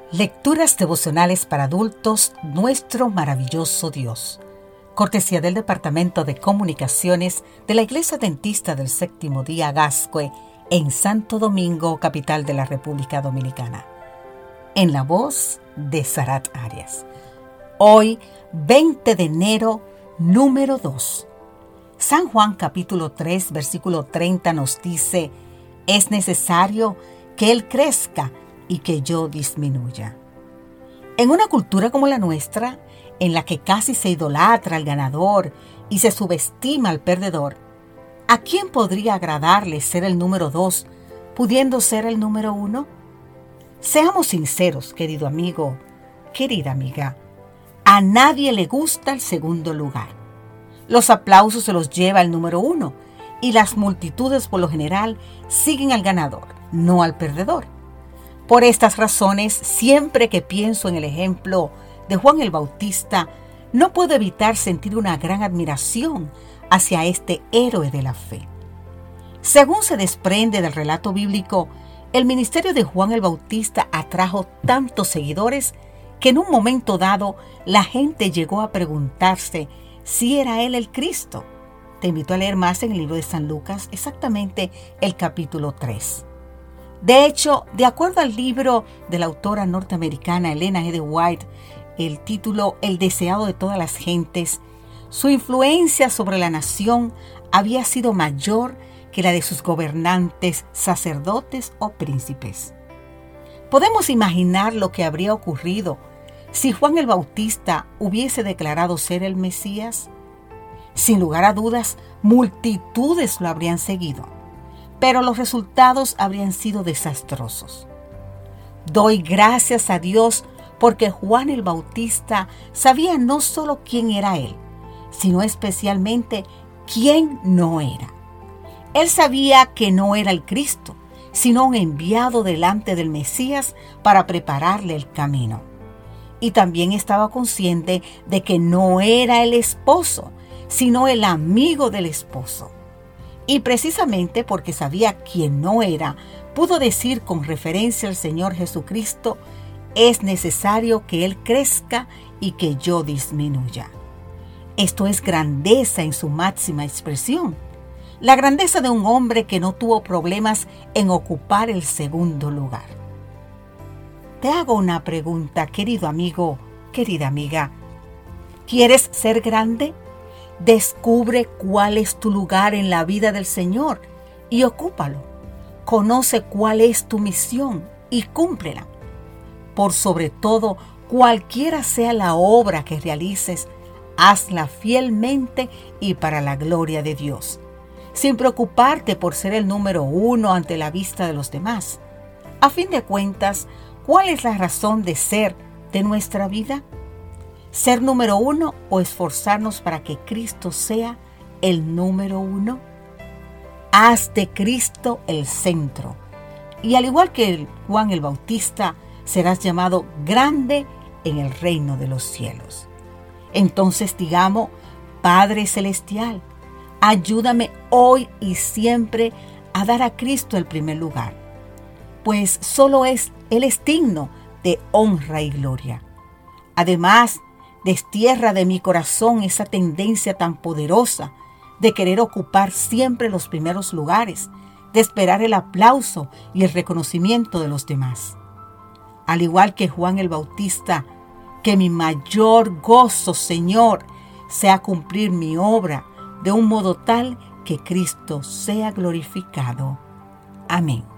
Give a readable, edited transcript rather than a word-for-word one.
Lecturas devocionales para adultos, Nuestro maravilloso Dios. Cortesía del Departamento de Comunicaciones de la Iglesia Adventista del Séptimo Día Gascue en Santo Domingo, capital de la República Dominicana. En la voz de Sarat Arias. Hoy, 20 de enero, número 2. San Juan capítulo 3, versículo 30 nos dice: es necesario que Él crezca y que yo disminuya. En una cultura como la nuestra, en la que casi se idolatra al ganador y se subestima al perdedor, ¿a quién podría agradarle ser el número 2, pudiendo ser el número 1? Seamos sinceros, querido amigo, querida amiga. A nadie le gusta el segundo lugar. Los aplausos se los lleva el número 1 y las multitudes por lo general siguen al ganador, no al perdedor. Por estas razones, siempre que pienso en el ejemplo de Juan el Bautista, no puedo evitar sentir una gran admiración hacia este héroe de la fe. Según se desprende del relato bíblico, el ministerio de Juan el Bautista atrajo tantos seguidores que en un momento dado la gente llegó a preguntarse si era él el Cristo. Te invito a leer más en el libro de San Lucas, exactamente el capítulo 3. De hecho, de acuerdo al libro de la autora norteamericana Ellen G. White, el título El deseado de todas las gentes, su influencia sobre la nación había sido mayor que la de sus gobernantes, sacerdotes o príncipes. Podemos imaginar lo que habría ocurrido si Juan el Bautista hubiese declarado ser el Mesías. Sin lugar a dudas, multitudes lo habrían seguido, pero los resultados habrían sido desastrosos. Doy gracias a Dios porque Juan el Bautista sabía no solo quién era él, sino especialmente quién no era. Él sabía que no era el Cristo, sino un enviado delante del Mesías para prepararle el camino. Y también estaba consciente de que no era el esposo, sino el amigo del esposo. Y precisamente porque sabía quién no era, pudo decir con referencia al Señor Jesucristo: es necesario que Él crezca y que yo disminuya. Esto es grandeza en su máxima expresión. La grandeza de un hombre que no tuvo problemas en ocupar el segundo lugar. Te hago una pregunta, querido amigo, querida amiga. ¿Quieres ser grande? Descubre cuál es tu lugar en la vida del Señor y ocúpalo. Conoce cuál es tu misión y cúmplela. Por sobre todo, cualquiera sea la obra que realices, hazla fielmente y para la gloria de Dios, sin preocuparte por ser el número 1 ante la vista de los demás. A fin de cuentas, ¿cuál es la razón de ser de nuestra vida? ¿Ser número 1 o esforzarnos para que Cristo sea el número 1? Haz de Cristo el centro. Y al igual que Juan el Bautista, serás llamado grande en el reino de los cielos. Entonces digamos: Padre Celestial, ayúdame hoy y siempre a dar a Cristo el primer lugar, pues solo Él es digno de honra y gloria. Además, destierra de mi corazón esa tendencia tan poderosa de querer ocupar siempre los primeros lugares, de esperar el aplauso y el reconocimiento de los demás. Al igual que Juan el Bautista, que mi mayor gozo, Señor, sea cumplir mi obra de un modo tal que Cristo sea glorificado. Amén.